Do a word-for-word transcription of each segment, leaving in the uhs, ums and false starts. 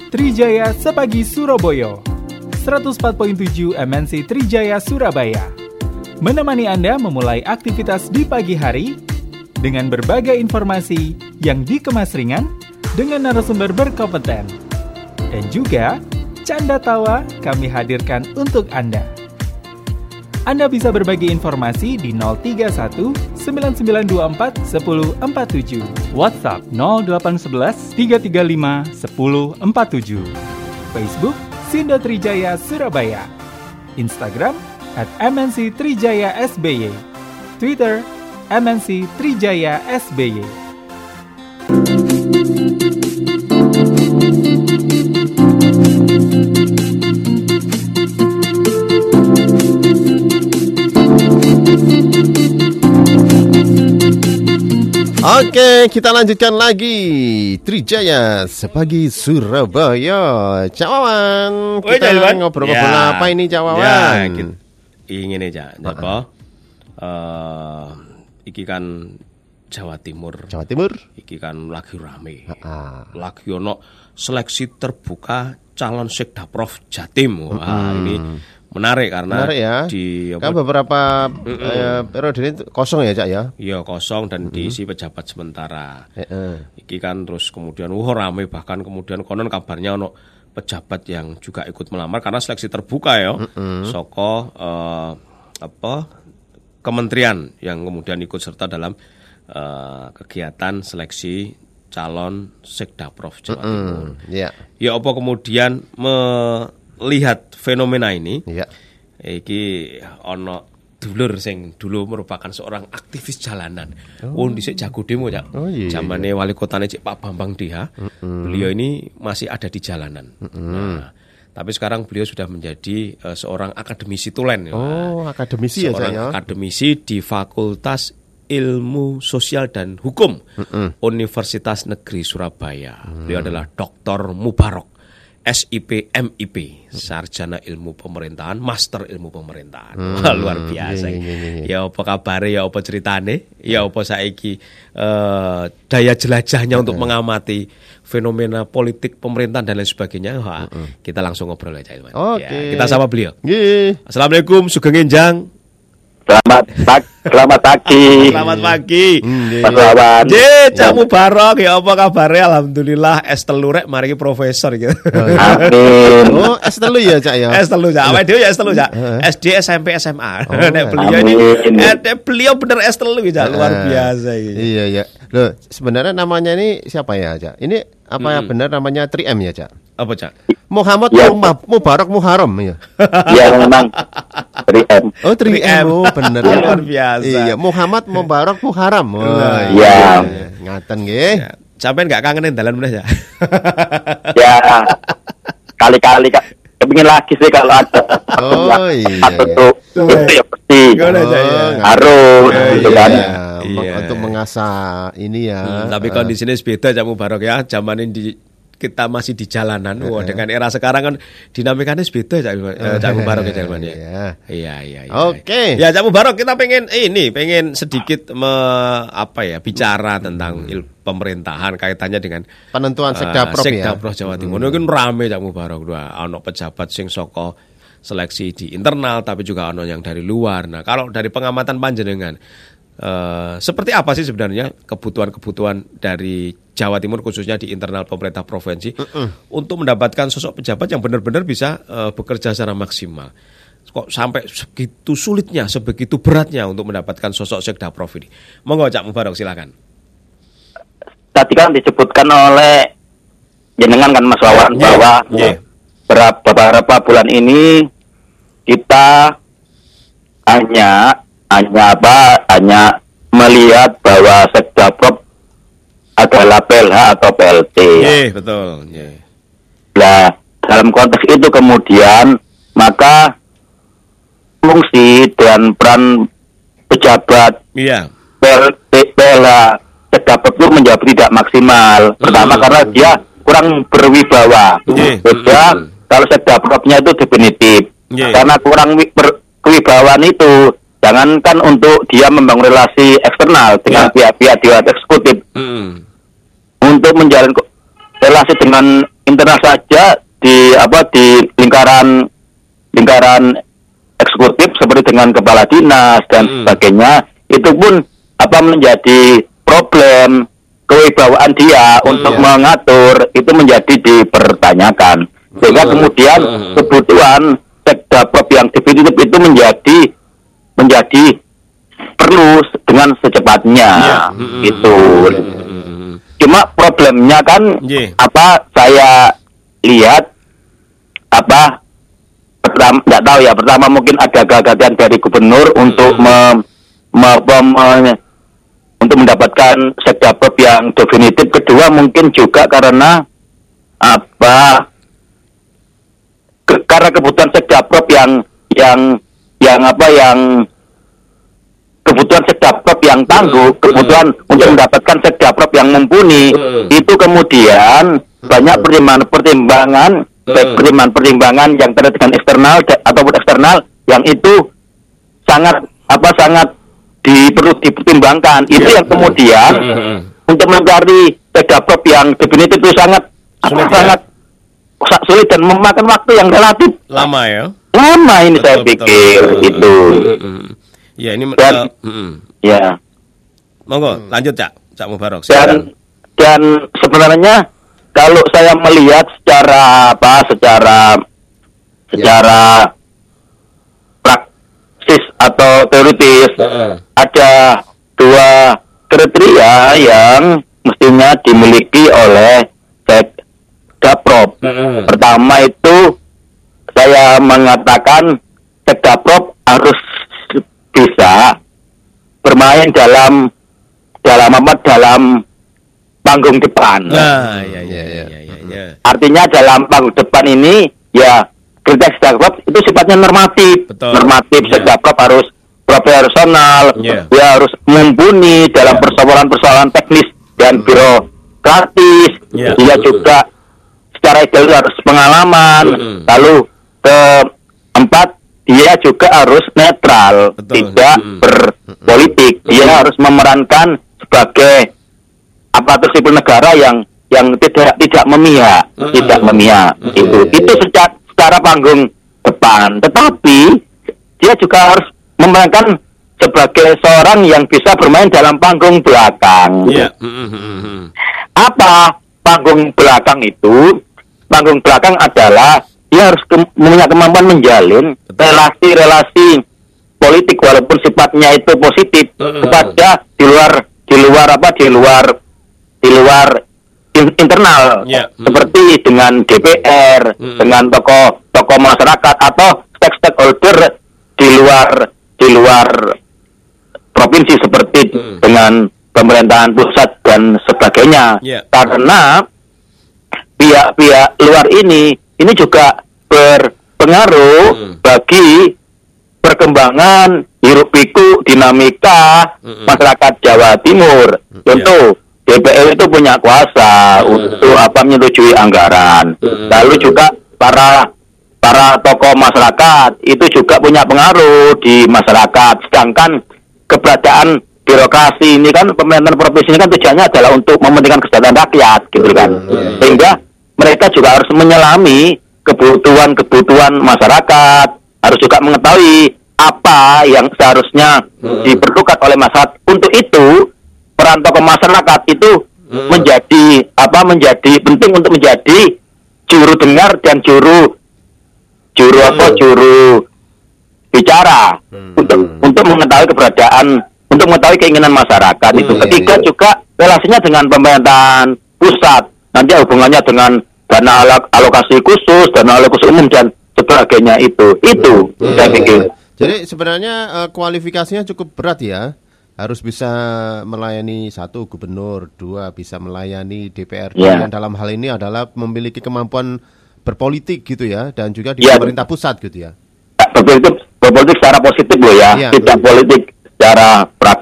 Trijaya Sepagi Surabaya, seratus empat koma tujuh M N C Trijaya Surabaya. Menemani Anda memulai aktivitas di pagi hari dengan berbagai informasi yang dikemas ringan dengan narasumber berkompeten. Dan juga canda tawa kami hadirkan untuk Anda. Anda bisa berbagi informasi di nol tiga satu sembilan sembilan dua empat satu nol empat tujuh, WhatsApp nol delapan satu satu tiga tiga lima satu nol empat tujuh, Facebook Sindo Trijaya Surabaya, Instagram at M N C Trijaya S B Y, Twitter M N C Trijaya S B Y. Oke, kita lanjutkan lagi Trijaya Sepagi Surabaya. Cak Wawan, kita Oi, ngobrol-ngobrol ya. apa ini Cak Wawan? Ya, kita, ingin aja, apa? Uh, iki kan Jawa Timur. Jawa Timur. Iki kan lagi rame. Ah. Lagi ono seleksi terbuka calon Sekdaprov Jatim. Wah, mm-hmm. ini menarik karena menarik ya. di kan beberapa eh, periode ini kosong ya Cak ya? Iya kosong dan mm-hmm. diisi pejabat sementara. E-e. Iki kan terus kemudian wah rame, bahkan kemudian konon kabarnya ono pejabat yang juga ikut melamar karena seleksi terbuka ya. Mm-hmm. Soko eh, apa kementerian yang kemudian ikut serta dalam eh, kegiatan seleksi calon Sekdaprov Jawa Timur. Mm-hmm. Yeah. Ya apa kemudian melihat fenomena ini, yeah. iki ono dulur sing dulu merupakan seorang aktivis jalanan. Oh, oh dhisik jago demo ya. Oh, iya, zamane iya. Wali kotane Cik Pak Bambang Deha. Mm-hmm. Beliau ini masih ada di jalanan. Mm-hmm. Nah, tapi sekarang beliau sudah menjadi uh, seorang akademisi tulen. Oh, nah, akademisi ya seorang saya. Akademisi di Fakultas Ilmu Sosial dan Hukum mm-hmm. Universitas Negeri Surabaya. Mm. Beliau adalah Doktor Mubarok, S I P M I P, Sarjana Ilmu Pemerintahan, Master Ilmu Pemerintahan. Hmm, wah, luar biasa. Iya, iya, iya. Ya apa kabare, ya apa ceritane, ya apa saiki uh, daya jelajahnya untuk mengamati fenomena politik pemerintahan dan lain sebagainya. Wah, hmm. kita langsung ngobrol aja, Oke. Okay. Ya, kita sama beliau. Yeah. Assalamualaikum, Sugeng Enjang. Selamat pagi. Selamat pagi. Selamat pagi. Mas Wawan. Je, Camu Barok ya apa kabarnya? Alhamdulillah es telu rek mari profesor gitu. Amin. Oh, es telu ya, Cak ya. Es telu Cak. Awake dhewe ya es telu Cak. S D, S M P, S M A. Oh, nek beliau ini eh, beliau bener es telu Cak, luar biasa gitu. Iya, iya. Loh, sebenarnya namanya ini siapa ya, Cak? Ini apa ya hmm. benar namanya tiga M ya, Cak? Apa, Cak? Muhammad ya. Mubarak Muharram ya. Iya memang tiga M. Oh tiga M, oh bener ya. Luar biasa. Iya, Muhammad Mubarak Muharram. Oh, iya. iya. Ngaten nggih. Ya. Sampeyan enggak kangenin dalan meneh ya? Ya. Kali-kali Kak. Kepingin lagi sih kalau ada. Oh iya. Untuk itu ya pasti. Oh, harus gitu kan. Iya. Untuk mengasah ini ya. Hmm, tapi kondisinya beda Cak Mubarok ya. Zaman ini kita masih di jalanan. Wah, dengan era sekarang kan dinamikanya beda Cak Cak Mubarok ya zaman ya. Iya, iya, iya. Oke. Ya Cak Mubarok kita pengen ini, pengen sedikit me, apa ya, bicara tentang il, pemerintahan kaitannya dengan penentuan Sekdaprov uh, ya. Sekdaprov Jawa Timur. Hmm. Itu kan rame Cak Mubarok dua. Ono pejabat sing saka seleksi di internal tapi juga ono yang dari luar. Nah, kalau dari pengamatan panjenengan Uh, seperti apa sih sebenarnya kebutuhan-kebutuhan dari Jawa Timur khususnya di internal pemerintah provinsi uh-uh. untuk mendapatkan sosok pejabat yang benar-benar bisa uh, bekerja secara maksimal? Kok sampai segitu sulitnya, sebegitu beratnya untuk mendapatkan sosok Sekdaprov ini? Monggo Cak Mubarok silakan. Tadi kan disebutkan oleh jenengan kan Mas Wawan yeah. bahwa yeah. beberapa beberapa bulan ini kita hanya hanya apa hanya melihat bahwa Sekdaprov adalah P L H atau P L T. Iya, yeah, betul. Yeah. Nah, dalam konteks itu kemudian maka fungsi dan peran pejabat yeah. P L T, P L H Sekdaprov itu menjadi tidak maksimal. Pertama mm. karena dia kurang berwibawa. Yeah. Kedua, mm. kalau Sekdaprovnya itu definitif. Yeah. Karena kurang berwibawaan itu, jangankan untuk dia membangun relasi eksternal dengan yeah. pihak-pihak di luar eksekutif, mm. untuk menjalin relasi dengan internal saja di apa di lingkaran lingkaran eksekutif seperti dengan kepala dinas dan Hmm. sebagainya, itu pun apa menjadi problem kewibawaan dia Hmm, untuk ya. mengatur itu menjadi dipertanyakan. Sehingga Hmm. kemudian Hmm. kebutuhan sekdaprop yang definitif itu menjadi menjadi perlu dengan secepatnya Ya. Hmm. gitu. Hmm. Cuma problemnya kan Yeah. apa saya lihat apa pertama nggak tahu ya, pertama mungkin ada gagasan dari gubernur untuk me, me- me- me- untuk mendapatkan sekdaprop yang definitif. Kedua mungkin juga karena apa ke- karena kebutuhan sekdaprop yang yang yang apa yang kebutuhan sekdaprop yang tangguh, kebutuhan untuk mendapatkan sekdaprop yang mumpuni, Hmm. itu kemudian banyak pertimbangan-pertimbangan, baik pertimbangan-pertimbangan yang terkait dengan eksternal da- ataupun eksternal yang itu sangat apa sangat di, perlu dipertimbangkan. Itu yang kemudian Hmm. untuk mencari sekdaprop yang definitif itu sangat apa, Sulit, ya? sangat sa- sulit dan memakan waktu yang relatif Lama ya. lama ini Betul, saya betul, pikir betul. itu. Hmm. Ya ini Dan- uh, hmm. Ya. Monggo lanjut Cak, Cak Mubarok. Dan silakan. dan sebenarnya kalau saya melihat secara apa secara secara praktis atau teoritis Heeh. ada dua kriteria yang mestinya dimiliki oleh sekdaprop. Heeh. Pertama itu saya mengatakan sekdaprop harus bisa bermain dalam dalam apa dalam panggung depan. Nah, ya ya Ya, ya ya. ya ya. Artinya dalam panggung depan ini ya kriteria sekdaprop itu sifatnya normatif. Betul. Normatif Ya. sekdaprop harus profesional, Ya. dia harus mumpuni dalam Ya. persoalan-persoalan teknis dan birokratis. Ya. Dia juga secara ideal harus pengalaman. Mm-mm. Lalu keempat, dia juga harus netral, Betul. tidak Mm-mm. berpolitik. Dia harus memerankan sebagai aparatur sipil negara yang yang tidak tidak memihak, Mm-mm. tidak memihak. Mm-mm. Itu Ya, ya, itu ya. secara, secara panggung depan. Tetapi dia juga harus memerankan sebagai seorang yang bisa bermain dalam panggung belakang. Iya. Hmm, hmm, hmm, hmm. Apa panggung belakang itu? Panggung belakang adalah dia harus ke- punya kemampuan menjalin Betul. relasi-relasi politik walaupun sifatnya itu positif Mm-mm. kepada di luar di luar apa di luar di luar in- internal Ya. seperti dengan D P R, Mm-mm. dengan tokoh tokoh masyarakat atau stakeholder di luar di luar provinsi seperti Mm. dengan pemerintahan pusat dan sebagainya. Ya. Karena pihak-pihak luar ini ini juga berpengaruh Mm. bagi perkembangan hiruk pikuk dinamika Mm-mm. masyarakat Jawa Timur. Contoh D P R itu punya kuasa untuk apa menyetujui anggaran. Mm. Lalu juga para para tokoh masyarakat itu juga punya pengaruh di masyarakat. Sedangkan keberadaan birokrasi ini kan pemerintahan provinsi ini kan tujuannya adalah untuk mementingkan kesejahteraan rakyat gitu kan. Hmm. Sehingga mereka juga harus menyelami kebutuhan-kebutuhan masyarakat, harus juga mengetahui apa yang seharusnya Hmm. diperlukan oleh masyarakat. Untuk itu peran tokoh masyarakat itu Hmm. menjadi apa menjadi penting untuk menjadi juru dengar dan juru juru apa Hmm. juru bicara Hmm. untuk untuk mengetahui keberadaan, untuk mengetahui keinginan masyarakat. Itu Hmm. ketiga Iya, iya. juga relasinya dengan pemerintahan pusat, nanti hubungannya dengan dana alok- alokasi khusus, dana alokasi umum dan sebagainya itu itu Iya, saya iya, pikir. iya. Jadi sebenarnya eh, kualifikasinya cukup berat ya. Harus bisa melayani satu gubernur, dua bisa melayani D P R D Ya. yang dalam hal ini adalah memiliki kemampuan berpolitik gitu ya, dan juga di Ya. pemerintah pusat gitu ya. Berpolitik, berpolitik secara positif loh ya, Iya. tidak politik secara prak,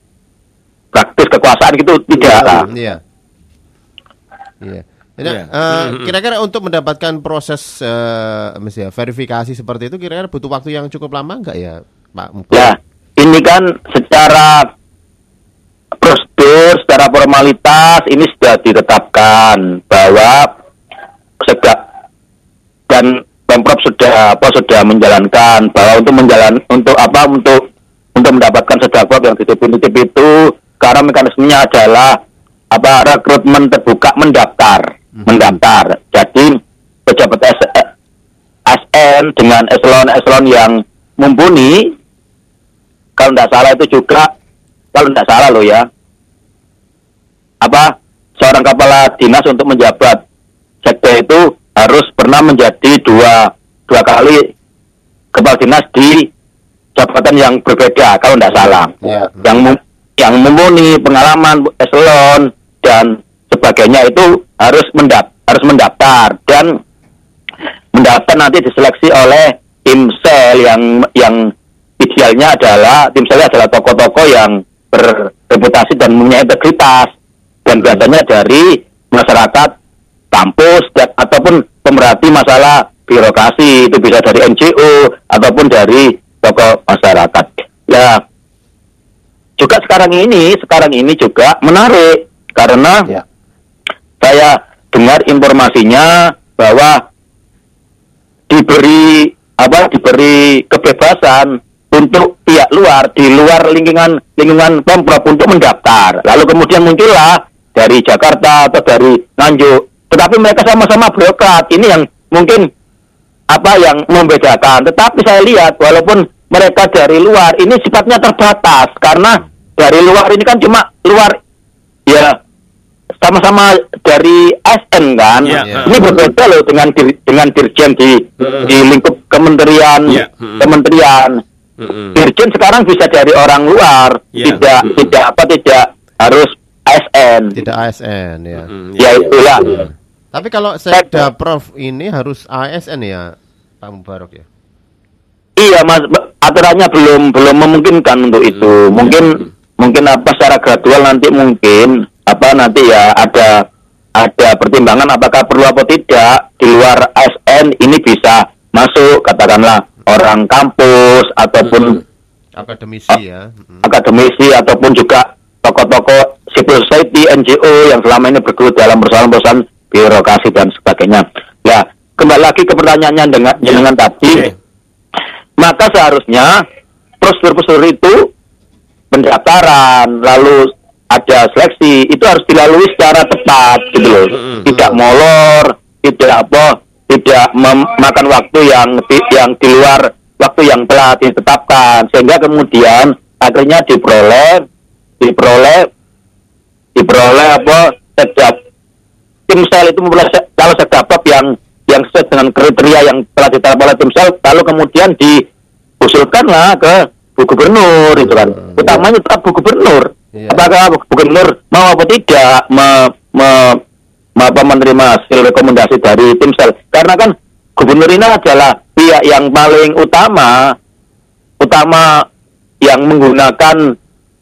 praktis kekuasaan gitu tidak lah. Iya. Iya. Jadi, Iya. eh, Mhm. kira-kira untuk mendapatkan proses eh, misalnya verifikasi seperti itu kira-kira butuh waktu yang cukup lama enggak ya, Pak Mubar? Ya, ini kan secara prosedur, secara formalitas ini sudah ditetapkan bahwa Sekda dan Pemprov sudah apa sudah menjalankan bahwa untuk menjalan untuk apa untuk untuk mendapatkan sedekah yang definitif itu karena mekanismenya adalah apa rekrutmen terbuka mendaftar mm-hmm. mendaftar. Jadi pejabat S N dengan eselon-eselon yang mumpuni kalau tidak salah itu juga kalau tidak salah loh ya apa seorang kepala dinas untuk menjabat sekda itu harus pernah menjadi dua dua kali kepala dinas di jabatan yang berbeda kalau tidak salah. Yeah. Yang yang mumpuni pengalaman eselon dan sebagainya itu harus mendap harus mendaftar dan mendaftar nanti diseleksi oleh tim sel yang yang idealnya adalah tim sel adalah tokoh-tokoh yang berreputasi dan punya integritas dan biasanya dari masyarakat kampus dan, ataupun pemerhati masalah birokrasi itu bisa dari N G O ataupun dari tokoh masyarakat. Ya, juga sekarang ini sekarang ini juga menarik karena ya. Saya dengar informasinya bahwa diberi apa diberi kebebasan untuk pihak luar di luar lingkungan lingkungan Pemprov untuk mendaftar. Lalu kemudian muncullah dari Jakarta atau dari Nganjuk. Tetapi mereka sama-sama birokrat. Ini yang mungkin apa yang membedakan. Tetapi saya lihat walaupun mereka dari luar ini sifatnya terbatas karena dari luar ini kan cuma luar ya sama-sama dari S N kan. Yeah. Ini berbeda loh dengan dir, dengan dirjen di mm-hmm. di lingkup kementerian yeah. mm-hmm. kementerian. Mm-hmm. Dirjen sekarang bisa dari orang luar, yeah. tidak mm-hmm. tidak apa tidak harus A S N. Tidak A S N ya. Mm-hmm. Ya itulah. Mm-hmm. Tapi kalau Sekda Prof ini harus A S N ya, Pak Mubarok ya? Iya Mas, aturannya belum belum memungkinkan untuk itu. Hmm. Mungkin hmm. mungkin apa secara gradual nanti mungkin apa nanti ya ada ada pertimbangan apakah perlu apa tidak di luar A S N ini bisa masuk katakanlah orang kampus ataupun hmm. akademisi ya, hmm. akademisi ataupun juga tokoh-tokoh civil society N G O yang selama ini bergelut dalam persoalan-persoalan birokrasi dan sebagainya. Ya, kembali lagi ke pertanyaannya dengan yeah. dengan tadi. Okay. Maka seharusnya prosedur-prosedur itu pendaftaran lalu ada seleksi itu harus dilalui secara tepat gitu loh. Mm-hmm. Tidak molor, tidak apa, tidak memakan waktu yang yang di luar waktu yang telah ditetapkan sehingga kemudian akhirnya diperoleh diperoleh diperoleh apa setiap tim sel itu memperoleh kalau sedapap yang yang sesuai dengan kriteria yang telah ditetapkan oleh tim sel lalu kemudian diusulkanlah ke Bu Gubernur itu kan. Utamanya tetap Bu Gubernur. Iya. Apakah Bu Gubernur mau apa tidak me, me, me, apa, menerima hasil rekomendasi dari tim sel. Karena kan Gubernur ini adalah pihak yang paling utama utama yang menggunakan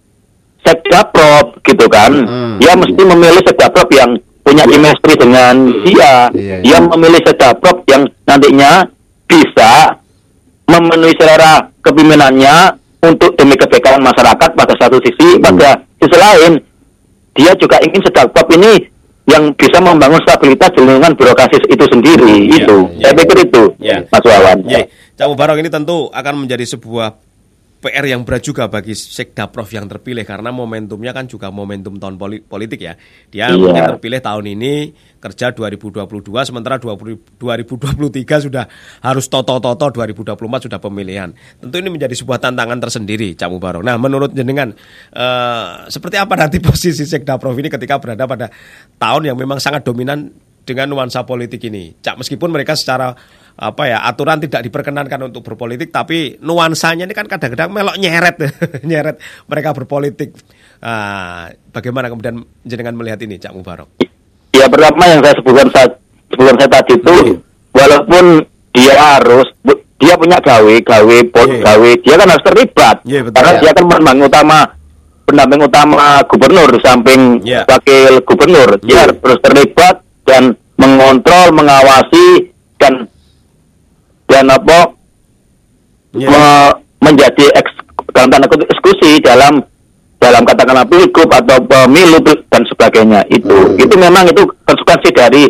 Sekdaprop gitu kan. Hmm. Dia mesti memilih Sekdaprop yang punya chemistry dengan dia. Iya, iya. Dia memilih Sekdaprop yang nantinya bisa memenuhi selera kepimpinannya untuk demi kebaikan masyarakat pada satu sisi, hmm. pada sisi lain dia juga ingin Sekdaprop ini yang bisa membangun stabilitas di lingkungan birokrasi itu sendiri. Ya, itu, ya, saya pikir itu, ya. Mas Wawan. Ya. Cak Mubarok ini tentu akan menjadi sebuah P R yang berat juga bagi Sekdaprov yang terpilih karena momentumnya kan juga momentum tahun politik ya. Dia yeah. mungkin terpilih tahun ini kerja dua ribu dua puluh dua sementara dua ribu dua puluh tiga sudah harus toto-toto dua ribu dua puluh empat sudah pemilihan. Tentu ini menjadi sebuah tantangan tersendiri Cak Mubarok. Nah, menurut jenengan uh, seperti apa nanti posisi Sekdaprov ini ketika berada pada tahun yang memang sangat dominan dengan nuansa politik ini. Cak, meskipun mereka secara apa ya aturan tidak diperkenankan untuk berpolitik, tapi nuansanya ini kan kadang-kadang melok nyeret, nyeret mereka berpolitik. Nah, bagaimana kemudian jenengan melihat ini, Cak Mubarok? Ya pertama yang saya sebutkan saat sebelum saya tadi itu, yeah. walaupun dia harus dia punya gawe, gawe, pol, yeah. gawe, dia kan harus terlibat, yeah, betul, karena yeah. dia kan pendamping utama, pendamping utama gubernur di samping yeah. wakil gubernur, dia yeah. harus terlibat dan mengontrol, mengawasi dan dan apa yeah. me, menjadi eks, dalam tanda kutip eksekusi dalam dalam katakanlah pilgub atau pemilu dan sebagainya itu hmm. itu memang itu konsekuensi dari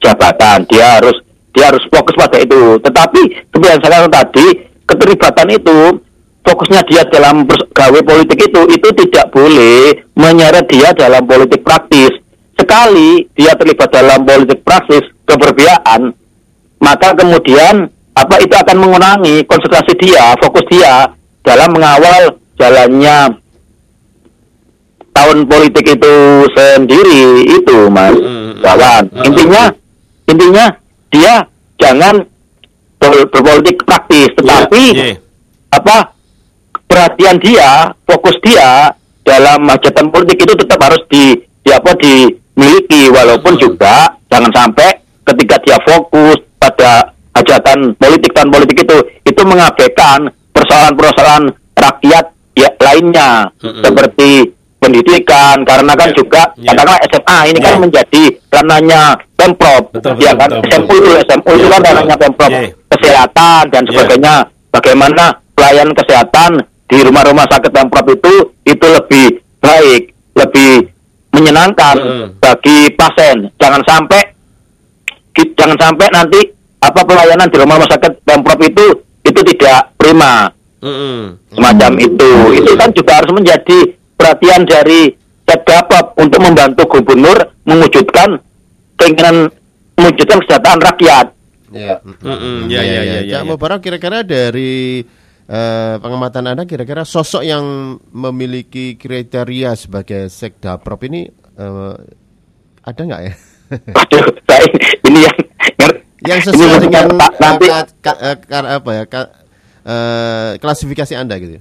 jabatan, dia harus dia harus fokus pada itu. Tetapi seperti yang saya katakan tadi, keterlibatan itu, fokusnya dia dalam gawe politik itu, itu tidak boleh menyeret dia dalam politik praktis. Sekali dia terlibat dalam politik praktis keberpihakan, maka kemudian apa itu akan mengurangi konsentrasi dia, fokus dia dalam mengawal jalannya tahun politik itu sendiri itu, Mas Wawan. Intinya, intinya dia jangan ber- berpolitik praktis, tetapi yeah, yeah. apa perhatian dia, fokus dia dalam hajatan politik itu tetap harus di, di apa dimiliki, walaupun juga jangan sampai ketika dia fokus pada hajatan politik dan politik itu itu mengabaikan persoalan-persoalan rakyat ya, lainnya mm-hmm. seperti pendidikan, karena kan yeah, juga yeah. katakanlah S M A ini yeah. kan menjadi ranahnya Pemprov, betul, ya kan betul, S M U itu S M U itu yeah, kan ranahnya Pemprov, yeah. kesehatan dan sebagainya, yeah. bagaimana pelayanan kesehatan di rumah-rumah sakit Pemprov itu itu lebih baik, lebih menyenangkan mm. bagi pasien. Jangan sampai jangan sampai nanti apa pelayanan di rumah sakit Pemprov itu itu tidak prima. Mm. Semacam mm. itu. Itu kan juga harus menjadi perhatian dari Setgapop untuk membantu gubernur mewujudkan keinginan mewujudkan kesejahteraan rakyat. Ya, mm-hmm. ya, ya, ya, ya. Cak Mubarok, kira-kira dari Uh, pengamatan Anda, kira-kira sosok yang memiliki kriteria sebagai Setgapop ini uh, ada nggak ya? Aduh, saya ini yang yang sesuai dengan nanti ka, ka, ka, apa ya ka, uh, klasifikasi Anda gitu.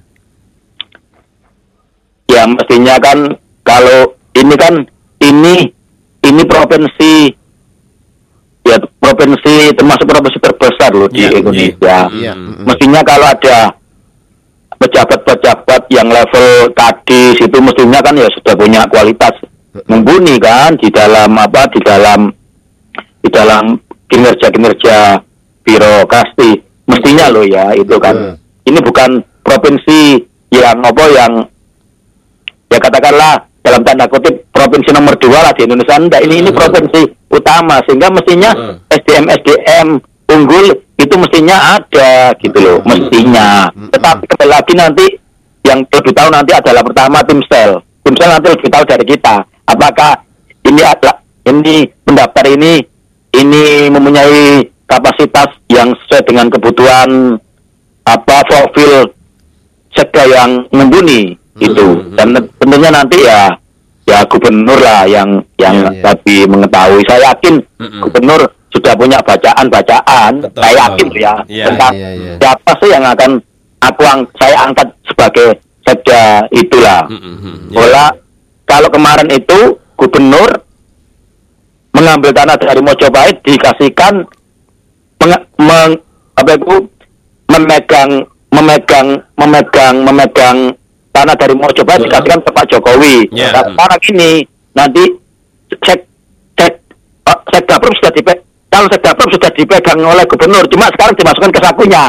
Ya mestinya kan kalau ini kan ini ini provinsi ya provinsi termasuk provinsi terbesar loh di yeah, Indonesia. Yeah, yeah. Mestinya kalau ada pejabat-pejabat yang level kadis itu mestinya kan ya sudah punya kualitas mumpuni kan di dalam apa di dalam di dalam kinerja-kinerja birokrasi mestinya loh ya itu kan. Yeah. Ini bukan provinsi yang apa yang ya katakanlah dalam tanda kutip provinsi nomor dua lah di Indonesia. Enggak, ini ini provinsi utama, sehingga mestinya uh. S D M S D M unggul itu mestinya ada gitu loh, mestinya. Tetapi kembali lagi nanti yang lebih tahu nanti adalah pertama tim sel. Tim sel nanti lebih tahu dari kita. Apakah ini adalah ini pendaftar ini ini mempunyai kapasitas yang sesuai dengan kebutuhan apa profil sekda yang mumpuni itu. Dan tentunya nanti ya ya gubernur lah yang yang yeah, yeah. tadi mengetahui. Saya yakin mm-hmm. gubernur sudah punya bacaan-bacaan. Betul, saya yakin ya yeah, tentang yeah, yeah. siapa sih yang akan aku ang- saya angkat sebagai sekda itulah. Mm-hmm, yeah. Bola kalau kemarin itu gubernur mengambil tanah dari Mojopahit dikasihkan meng- meng- apa itu memegang memegang memegang memegang tanah dari Mojopahit uh-huh. dikasihkan ke Pak Jokowi. Yeah. Nah, sekarang ini nanti sek sek uh, Setgapop sudah dipe kalau Setgapop sudah dipegang oleh gubernur, cuma sekarang dimasukkan ke sakunya.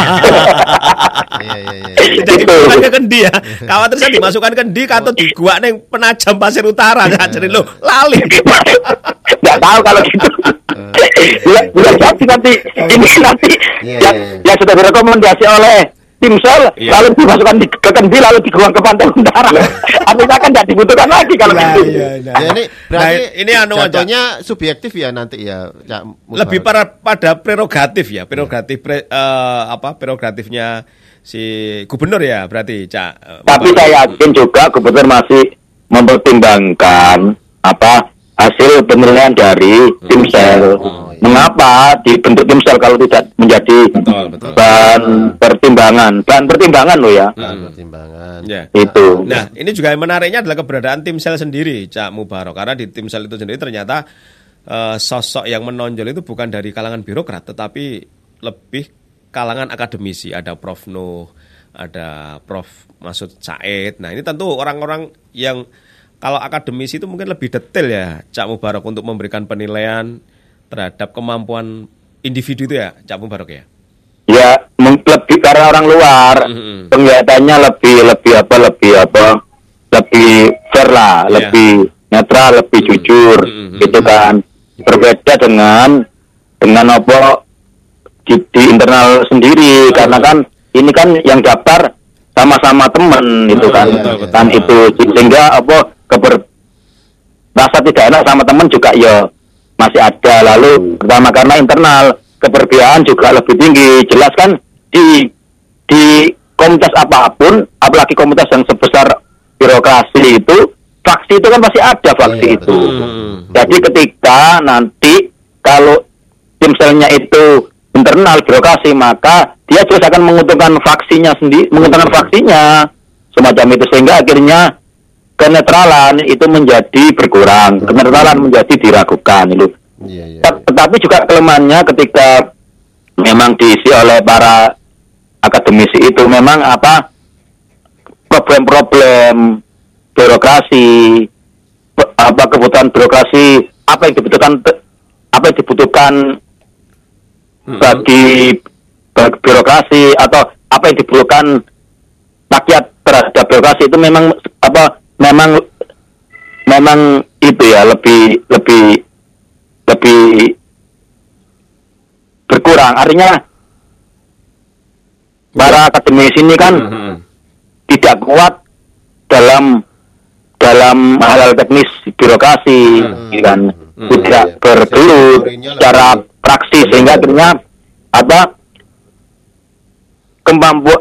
Jadi dimasukkan ke kendi ya. Khawatir saya dimasukkan ke kendi atau di gua neng Penajam Pasir Utara nggak jadi lo lali. Nggak tahu kalau gitu. Ya, bisa jadi nanti ini nanti yang yang sudah direkomendasi oleh tim sel yeah. lalu dimasukkan di, ke kendi lalu dibuang ke Pantai Utara. Artinya kan tidak dibutuhkan lagi kalau nah, gitu. Iya, nah. Ya, ini berarti nah, ini anu jatuhnya subjektif ya nanti ya. ya lebih pada pada prerogatif ya, prerogatif pre, uh, apa prerogatifnya si gubernur ya berarti Cak. Tapi saya yakin juga gubernur masih mempertimbangkan apa hasil penilaian dari tim sel. Oh, iya. Mengapa dibentuk tim sel kalau tidak menjadi betul, betul. bahan pertimbangan, bahan pertimbangan loh ya. Bahan pertimbangan. Ya. Itu. Nah, ini juga yang menariknya adalah keberadaan tim sel sendiri, Cak Mubarok. Karena di tim sel itu sendiri ternyata uh, sosok yang menonjol itu bukan dari kalangan birokrat, tetapi lebih kalangan akademisi. Ada Prof Nuh, ada Prof Masud Said. Nah, ini tentu orang-orang yang kalau akademisi itu mungkin lebih detail ya, Cak Mubarok, untuk memberikan penilaian terhadap kemampuan individu itu ya, Cak Mubarok ya? Ya, lebih karena orang luar, mm-hmm. penglihatannya lebih lebih apa lebih apa lebih fair lah, yeah. lebih netral, lebih mm-hmm. jujur, mm-hmm. gitu kan. Berbeda dengan dengan apa di, di internal sendiri, karena kan ini kan yang daftar sama-sama teman itu kan, betul, betul, kan betul. itu sehingga apa keber rasa tidak enak sama teman juga ya masih ada. Lalu pertama karena internal keberpihakan juga lebih tinggi. Jelas kan di di komunitas apapun, apalagi komunitas yang sebesar birokrasi itu, faksi itu kan pasti ada faksi Iya, itu. betul. Jadi ketika nanti kalau tim selnya itu internal birokrasi, maka dia terus akan menguntungkan faksinya sendiri, menguntungkan faksinya semacam itu, sehingga akhirnya kenetralan itu menjadi berkurang, kenetralan menjadi diragukan itu. Iya, iya, Tet- Tetapi juga kelemahannya ketika memang diisi oleh para akademisi itu memang apa problem-problem birokrasi, be- apa kebutuhan birokrasi, apa yang dibutuhkan te- apa yang dibutuhkan bagi bagi birokrasi atau apa yang dibutuhkan rakyat terhadap birokrasi itu memang apa memang memang itu ya lebih lebih lebih berkurang. Artinya para akademisi ini kan Hmm. tidak kuat dalam dalam hal-hal teknis birokrasi, gitu kan, Hmm. tidak Iya. bergelut Teorinya secara lebih- praksi, sehingga akhirnya apa kemampuan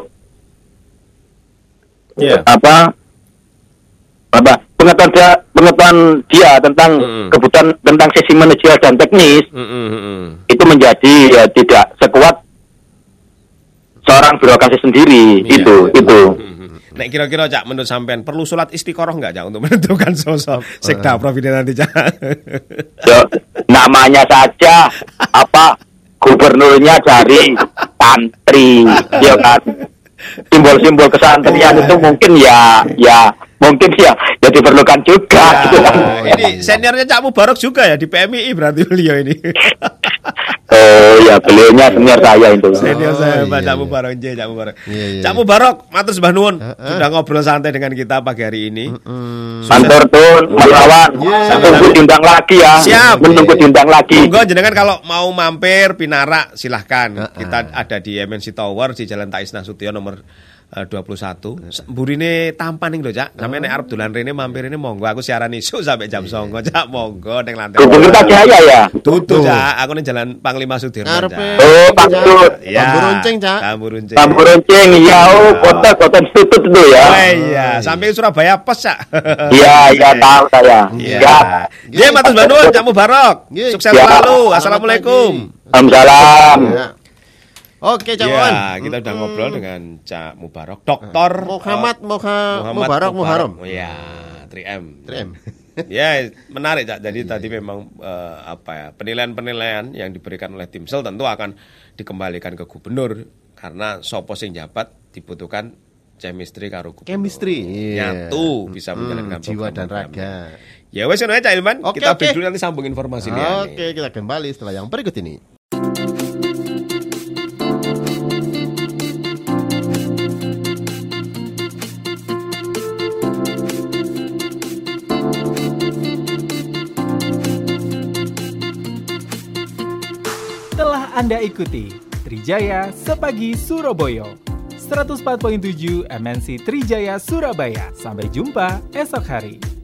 Iya. apa apa pengetahuan dia pengetahuan dia tentang Mm-mm. kebutuhan tentang sisi manajerial dan teknis Mm, mm, mm, mm. itu menjadi ya tidak sekuat seorang birokrasi sendiri. Iya, itu iya. itu Nek kira-kira Cak menurut sampean perlu sholat istiqoroh nggak Cak untuk menentukan sosok sekda Prof ini nanti Cak? ya, namanya saja apa gubernurnya dari santri, ya kan, simbol-simbol kesantrian itu mungkin ya ya mungkin ya ya diperlukan juga gitu kan. Nah, ini seniornya Cak Mubarok juga ya di P M I I berarti beliau ini. Oh ya, beliaunya senior saya itu. Senior saya Oh, Pak iya, Cak iya. Mubarok, Nggih, Cak Mubarok. Iya, iya, Cak iya. Mubarok, matur sembah nuwun Heeh. sudah ngobrol santai dengan kita pagi hari ini. Kantor tuh melawan, Yeah. menunggu diundang lagi ya. Siap. Menunggu diundang lagi. Monggo jenengan kalau mau mampir Pinara silahkan. Heeh. Kita ada di M N C Tower di Jalan Tais Nasution nomor eh, dua puluh satu. Burine tampan nih lho, Cak. Sampe nek arep dolan rene mampir ini monggo aku siaran isu sampai jam songo, Cak. Monggo ning lantai. Gubernur kita Jaya ya. Tutu, Cak. Aku ning Jalan Panglima Sudirman, Ngarepe. Cak. Oh, maksud. Iya. Bambu runcing, Cak. Bambu runcing. Bambu runcing, ya, oh, kota kota institut itu ya. Oh iya, sampai Surabaya pos, Cak. Iya, iya tahu saya. Iya. Ya. Nggih, matur sembah nuwun, Cak Mubarok. Nggih. Sukses Ya. selalu. Assalamualaikum. Salam. Ya. Oke, Cak Wawan. Ya, kita udah ngobrol dengan Cak Mubarok, Doktor Muhammad Moha Muhammad Mubarak Muharam. Oh ya, tiga M. tiga M. Ya, menarik Cak. Jadi tadi memang eh, apa ya, penilaian-penilaian yang diberikan oleh Timsel tentu akan dikembalikan ke gubernur karena sopo sing jabat dibutuhkan chemistry karo gubernur. Chemistry. Iya. Nyatu bisa menjalankan Hmm, jiwa dan program-programnya. raga. Ya wes ngono ya Cak Ilman, Oke, kita oke. break dulu nanti sambung informasi ini. Oke, kita kembali setelah yang berikut ini. Telah Anda ikuti Trijaya Sepagi Surabaya seratus empat koma tujuh M N C Trijaya Surabaya. Sampai jumpa esok hari.